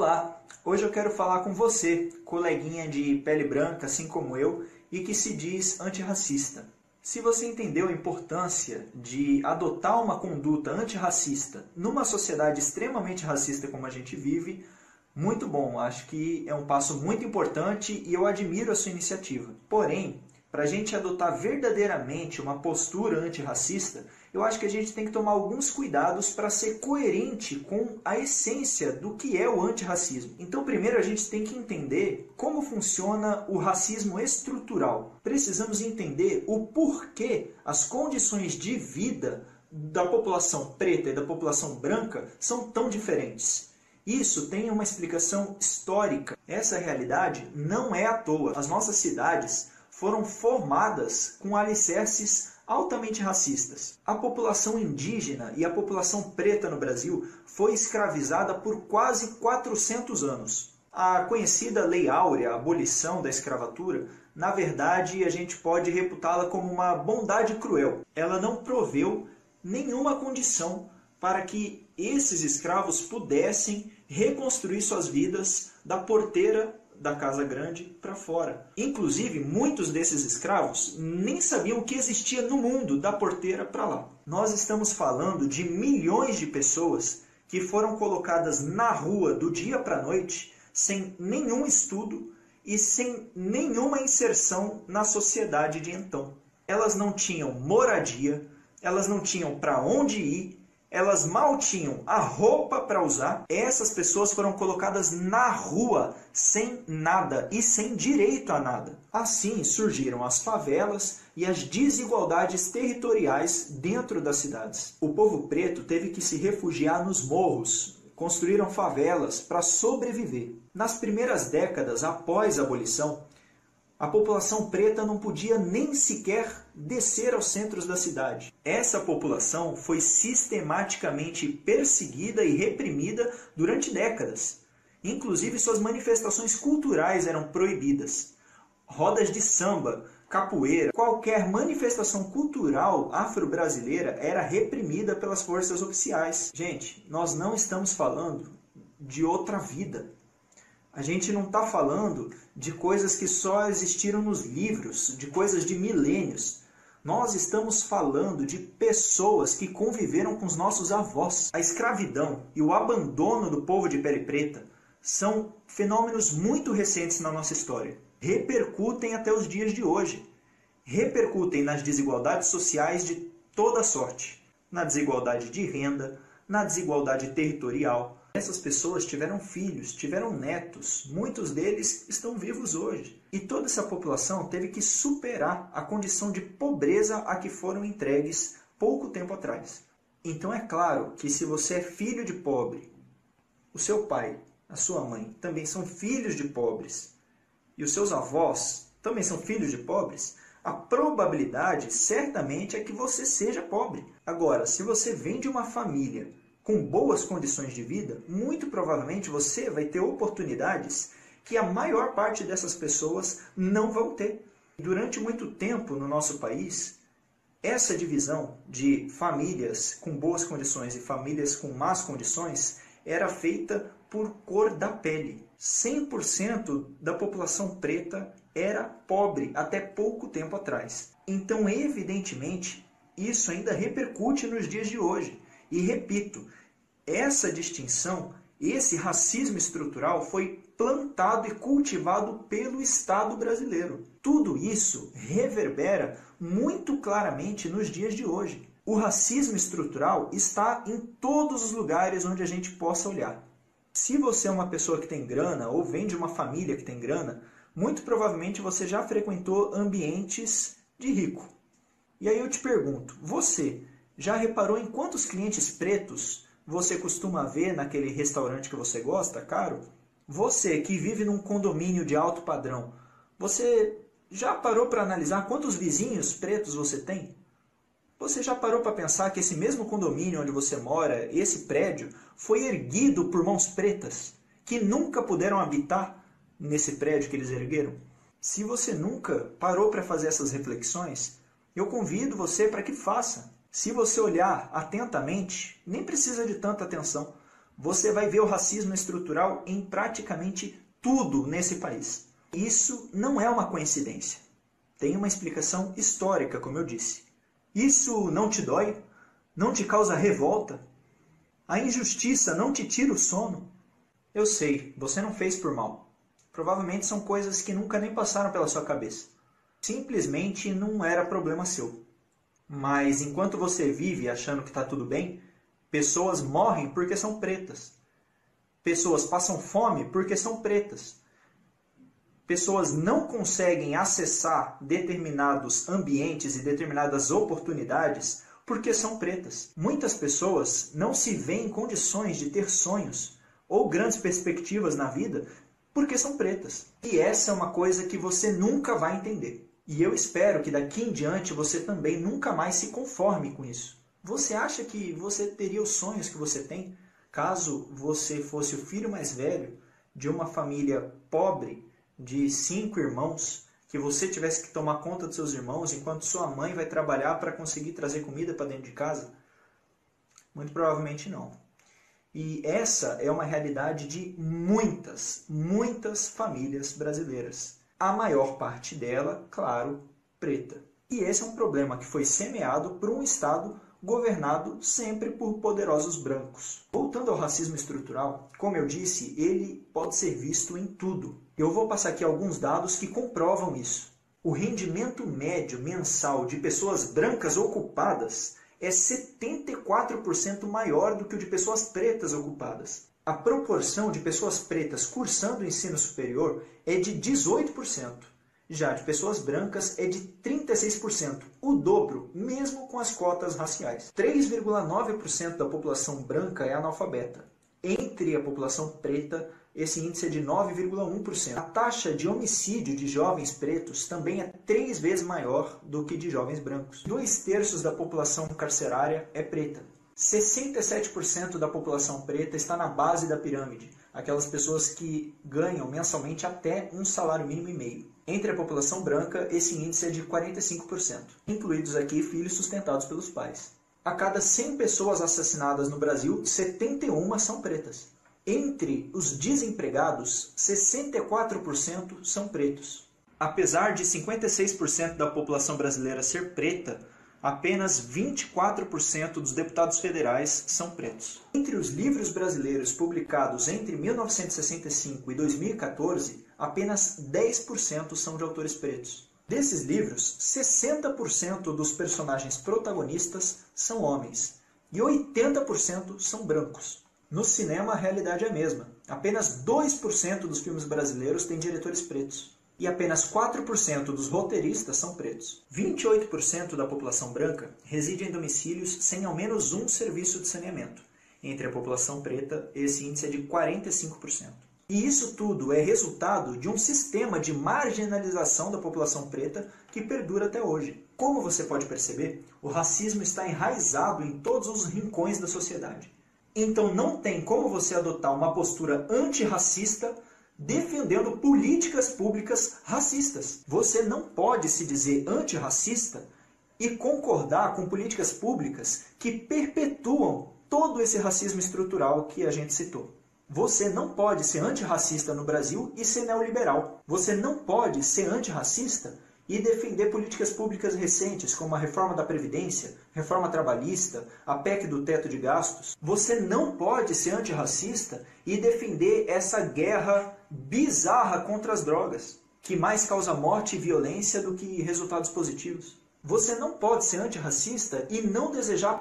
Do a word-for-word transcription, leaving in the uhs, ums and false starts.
Olá! Hoje eu quero falar com você, coleguinha de pele branca, assim como eu, e que se diz antirracista. Se você entendeu a importância de adotar uma conduta antirracista numa sociedade extremamente racista como a gente vive, muito bom, acho que é um passo muito importante e eu admiro a sua iniciativa. Porém, para a gente adotar verdadeiramente uma postura antirracista, eu acho que a gente tem que tomar alguns cuidados para ser coerente com a essência do que é o antirracismo. Então, primeiro a gente tem que entender como funciona o racismo estrutural. Precisamos entender o porquê as condições de vida da população preta e da população branca são tão diferentes. Isso tem uma explicação histórica. Essa realidade não é à toa. As nossas cidades foram formadas com alicerces altamente racistas. A população indígena e a população preta no Brasil foi escravizada por quase quatrocentos anos. A conhecida Lei Áurea, a abolição da escravatura, na verdade a gente pode reputá-la como uma bondade cruel. Ela não proveu nenhuma condição para que esses escravos pudessem reconstruir suas vidas da porteira da casa grande para fora. Inclusive, muitos desses escravos nem sabiam o que existia no mundo da porteira para lá. Nós estamos falando de milhões de pessoas que foram colocadas na rua do dia para a noite sem nenhum estudo e sem nenhuma inserção na sociedade de então. Elas não tinham moradia, elas não tinham para onde ir, elas mal tinham a roupa para usar. Essas pessoas foram colocadas na rua sem nada e sem direito a nada. Assim surgiram as favelas e as desigualdades territoriais dentro das cidades. O povo preto teve que se refugiar nos morros, construíram favelas para sobreviver. Nas primeiras décadas após a abolição, a população preta não podia nem sequer descer aos centros da cidade. Essa população foi sistematicamente perseguida e reprimida durante décadas. Inclusive, suas manifestações culturais eram proibidas. Rodas de samba, capoeira, qualquer manifestação cultural afro-brasileira era reprimida pelas forças oficiais. Gente, nós não estamos falando de outra vida. A gente não está falando de coisas que só existiram nos livros, de coisas de milênios. Nós estamos falando de pessoas que conviveram com os nossos avós. A escravidão e o abandono do povo de pele preta são fenômenos muito recentes na nossa história. Repercutem até os dias de hoje. Repercutem nas desigualdades sociais de toda sorte. Na desigualdade de renda, na desigualdade territorial. Essas pessoas tiveram filhos, tiveram netos, muitos deles estão vivos hoje. E toda essa população teve que superar a condição de pobreza a que foram entregues pouco tempo atrás. Então é claro que se você é filho de pobre, o seu pai, a sua mãe também são filhos de pobres, e os seus avós também são filhos de pobres, a probabilidade certamente é que você seja pobre. Agora, se você vem de uma família com boas condições de vida, muito provavelmente você vai ter oportunidades que a maior parte dessas pessoas não vão ter. Durante muito tempo no nosso país, essa divisão de famílias com boas condições e famílias com más condições era feita por cor da pele. cem por cento da população preta era pobre até pouco tempo atrás. Então, evidentemente, isso ainda repercute nos dias de hoje. E repito, essa distinção, esse racismo estrutural foi plantado e cultivado pelo Estado brasileiro. Tudo isso reverbera muito claramente nos dias de hoje. O racismo estrutural está em todos os lugares onde a gente possa olhar. Se você é uma pessoa que tem grana ou vem de uma família que tem grana, muito provavelmente você já frequentou ambientes de rico. E aí eu te pergunto, você já reparou em quantos clientes pretos você costuma ver naquele restaurante que você gosta, caro? Você que vive num condomínio de alto padrão, você já parou para analisar quantos vizinhos pretos você tem? Você já parou para pensar que esse mesmo condomínio onde você mora, esse prédio, foi erguido por mãos pretas, que nunca puderam habitar nesse prédio que eles ergueram? Se você nunca parou para fazer essas reflexões, eu convido você para que faça. Se você olhar atentamente, nem precisa de tanta atenção, você vai ver o racismo estrutural em praticamente tudo nesse país. Isso não é uma coincidência. Tem uma explicação histórica, como eu disse. Isso não te dói? Não te causa revolta? A injustiça não te tira o sono? Eu sei, você não fez por mal. Provavelmente são coisas que nunca nem passaram pela sua cabeça. Simplesmente não era problema seu. Mas enquanto você vive achando que está tudo bem, pessoas morrem porque são pretas. Pessoas passam fome porque são pretas. Pessoas não conseguem acessar determinados ambientes e determinadas oportunidades porque são pretas. Muitas pessoas não se veem em condições de ter sonhos ou grandes perspectivas na vida porque são pretas. E essa é uma coisa que você nunca vai entender. E eu espero que daqui em diante você também nunca mais se conforme com isso. Você acha que você teria os sonhos que você tem caso você fosse o filho mais velho de uma família pobre, de cinco irmãos, que você tivesse que tomar conta dos seus irmãos enquanto sua mãe vai trabalhar para conseguir trazer comida para dentro de casa? Muito provavelmente não. E essa é uma realidade de muitas, muitas famílias brasileiras. A maior parte dela, claro, preta. E esse é um problema que foi semeado por um Estado governado sempre por poderosos brancos. Voltando ao racismo estrutural, como eu disse, ele pode ser visto em tudo. Eu vou passar aqui alguns dados que comprovam isso. O rendimento médio mensal de pessoas brancas ocupadas é setenta e quatro por cento maior do que o de pessoas pretas ocupadas. A proporção de pessoas pretas cursando o ensino superior é de dezoito por cento. Já de pessoas brancas é de trinta e seis por cento, o dobro, mesmo com as cotas raciais. três vírgula nove por cento da população branca é analfabeta. Entre a população preta, esse índice é de nove vírgula um por cento. A taxa de homicídio de jovens pretos também é três vezes maior do que de jovens brancos. Dois terços da população carcerária é preta. sessenta e sete por cento da população preta está na base da pirâmide, aquelas pessoas que ganham mensalmente até um salário mínimo e meio. Entre a população branca, esse índice é de quarenta e cinco por cento, incluídos aqui filhos sustentados pelos pais. A cada cem pessoas assassinadas no Brasil, setenta e uma são pretas. Entre os desempregados, sessenta e quatro por cento são pretos. Apesar de cinquenta e seis por cento da população brasileira ser preta, apenas vinte e quatro por cento dos deputados federais são pretos. Entre os livros brasileiros publicados entre mil novecentos e sessenta e cinco e dois mil e quatorze, apenas dez por cento são de autores pretos. Desses livros, sessenta por cento dos personagens protagonistas são homens e oitenta por cento são brancos. No cinema, a realidade é a mesma. Apenas dois por cento dos filmes brasileiros têm diretores pretos. E apenas quatro por cento dos roteiristas são pretos. vinte e oito por cento da população branca reside em domicílios sem ao menos um serviço de saneamento. Entre a população preta, esse índice é de quarenta e cinco por cento. E isso tudo é resultado de um sistema de marginalização da população preta que perdura até hoje. Como você pode perceber, o racismo está enraizado em todos os rincões da sociedade. Então não tem como você adotar uma postura antirracista defendendo políticas públicas racistas. Você não pode se dizer antirracista e concordar com políticas públicas que perpetuam todo esse racismo estrutural que a gente citou. Você não pode ser antirracista no Brasil e ser neoliberal. Você não pode ser antirracista e defender políticas públicas recentes, como a reforma da Previdência, reforma trabalhista, a P E C do teto de gastos. Você não pode ser antirracista e defender essa guerra bizarra contra as drogas, que mais causa morte e violência do que resultados positivos. Você não pode ser antirracista e não desejar